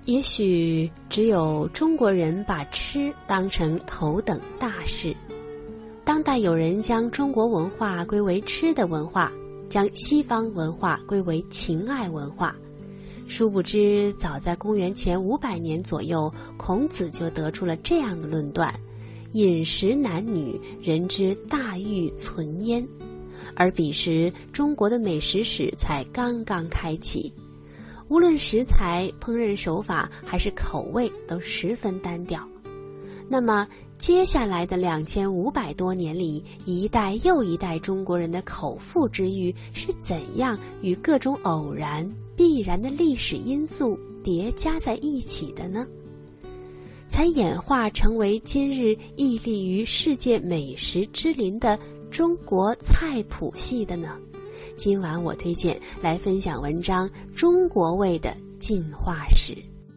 也许只有中国人把吃当成头等大事。当代有人将中国文化归为吃的文化，将西方文化归为情爱文化。殊不知，早在公元前500年左右，孔子就得出了这样的论断：饮食男女，人之大欲存焉。而彼时，中国的美食史才刚刚开启。无论食材、烹饪手法还是口味都十分单调。那么接下来的2500多年里，一代又一代中国人的口腹之欲是怎样与各种偶然、必然的历史因素叠加在一起的呢？才演化成为今日屹立于世界美食之林的中国菜谱系的呢？今晚我推荐来分享文章《中国味的进化史》。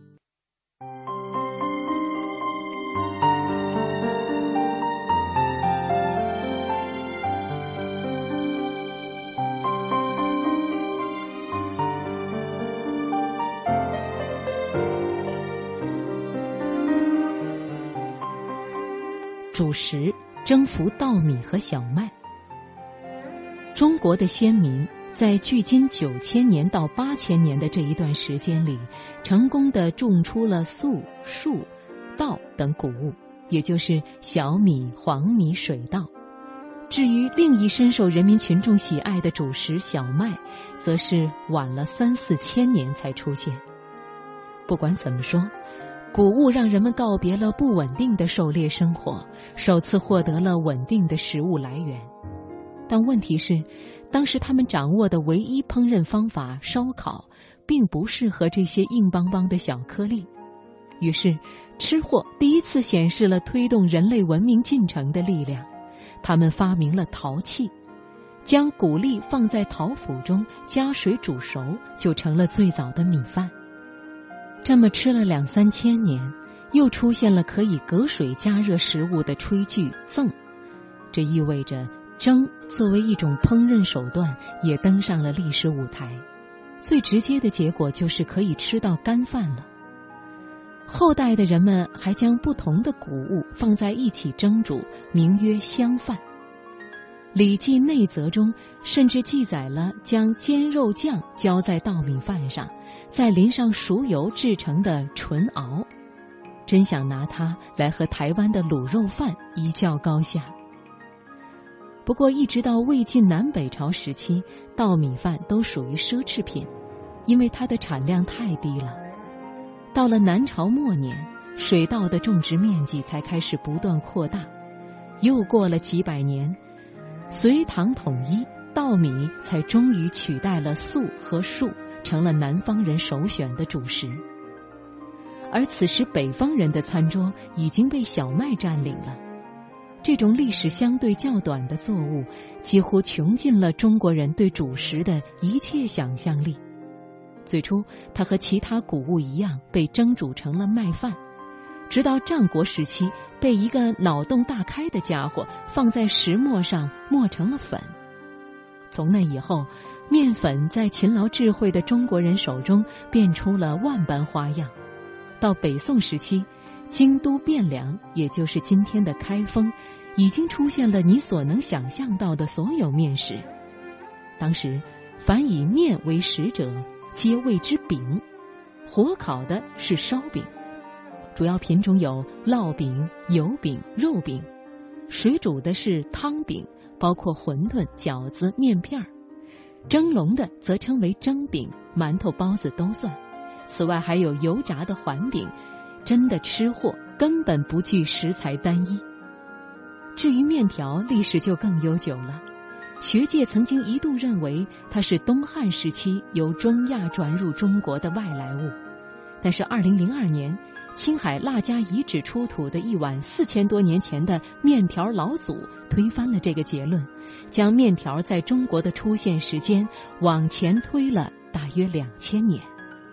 主食征服稻米和小麦。中国的先民在距今9000年到8000年的这一段时间里，成功地种出了粟、黍、稻等谷物，也就是小米、黄米、水稻。至于另一深受人民群众喜爱的主食小麦，则是晚了3-4千年才出现。不管怎么说，谷物让人们告别了不稳定的狩猎生活，首次获得了稳定的食物来源。但问题是，当时他们掌握的唯一烹饪方法烧烤，并不适合这些硬邦邦的小颗粒。于是，吃货第一次显示了推动人类文明进程的力量。他们发明了陶器，将谷粒放在陶釜中，加水煮熟，就成了最早的米饭。这么吃了2-3千年，又出现了可以隔水加热食物的炊具甑。这意味着蒸作为一种烹饪手段也登上了历史舞台。最直接的结果就是可以吃到干饭了。后代的人们还将不同的谷物放在一起蒸煮，名曰香饭。《礼记内则》中甚至记载了将煎肉酱浇在稻米饭上，再淋上熟油制成的纯熬，真想拿它来和台湾的卤肉饭一较高下。不过一直到魏晋南北朝时期，稻米饭都属于奢侈品，因为它的产量太低了。到了南朝末年，水稻的种植面积才开始不断扩大。又过了几百年，隋唐统一，稻米才终于取代了粟和黍，成了南方人首选的主食。而此时北方人的餐桌已经被小麦占领了。这种历史相对较短的作物，几乎穷尽了中国人对主食的一切想象力。最初，它和其他谷物一样被蒸煮成了麦饭，直到战国时期，被一个脑洞大开的家伙放在石磨上磨成了粉。从那以后，面粉在勤劳智慧的中国人手中变出了万般花样。到北宋时期，京都汴梁，也就是今天的开封，已经出现了你所能想象到的所有面食。当时，凡以面为食者，皆谓之饼。火烤的是烧饼，主要品种有烙饼、油饼、肉饼；水煮的是汤饼，包括馄饨、饺子、面片儿；蒸笼的则称为蒸饼，馒头、包子都算。此外还有油炸的环饼，真的吃货根本不惧食材单一。至于面条，历史就更悠久了。学界曾经一度认为它是东汉时期由中亚转入中国的外来物，但是2002年，青海腊家遗址出土的一碗4000多年前的面条老祖推翻了这个结论，将面条在中国的出现时间往前推了大约2000年。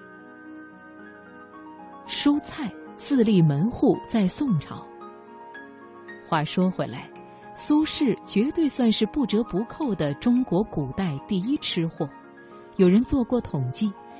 蔬菜自立门户在宋朝。话说回来，苏轼绝对算是不折不扣的中国古代第一吃货。有人做过统计，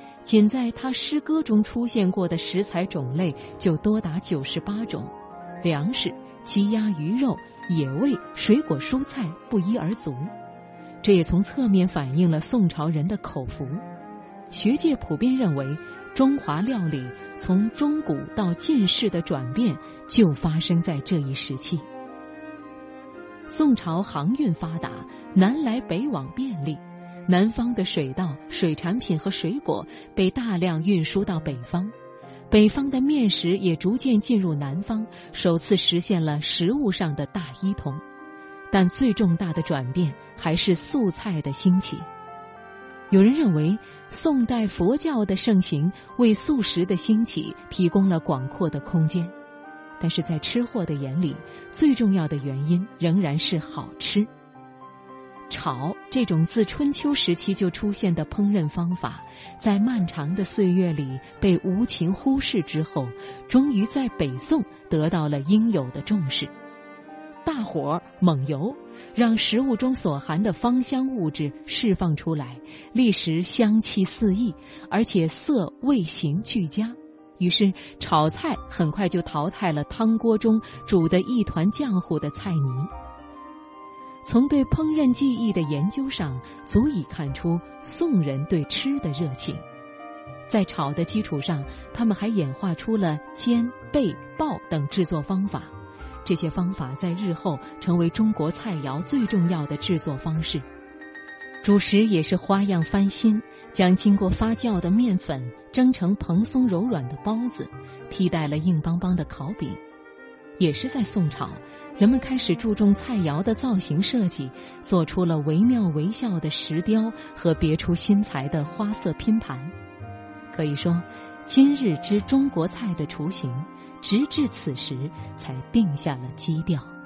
仅在他诗歌中出现过的食材种类就多达98种，粮食、鸡鸭鱼肉、野味、水果蔬菜不一而足。这也从侧面反映了宋朝人的口福。学界普遍认为，中华料理从中古到近世的转变就发生在这一时期。宋朝航运发达，南来北往便利，南方的水稻、水产品和水果被大量运输到北方，北方的面食也逐渐进入南方，首次实现了食物上的大一统。但最重大的转变还是素菜的兴起。有人认为，宋代佛教的盛行为素食的兴起提供了广阔的空间，但是在吃货的眼里，最重要的原因仍然是好吃。炒这种自春秋时期就出现的烹饪方法，在漫长的岁月里被无情忽视之后，终于在北宋得到了应有的重视。大火猛油让食物中所含的芳香物质释放出来，立时香气四溢，而且色味形俱佳。于是炒菜很快就淘汰了汤锅中煮得一团浆糊的菜泥。从对烹饪技艺的研究上，足以看出宋人对吃的热情。在炒的基础上，他们还演化出了煎、焙、爆等制作方法。这些方法在日后成为中国菜肴最重要的制作方式。主食也是花样翻新，将经过发酵的面粉蒸成蓬松柔软的包子，替代了硬邦邦的烤饼。也是在宋朝，人们开始注重菜肴的造型设计，做出了惟妙惟肖的石雕和别出心裁的花色拼盘。可以说，今日之中国菜的雏形，直至此时才定下了基调。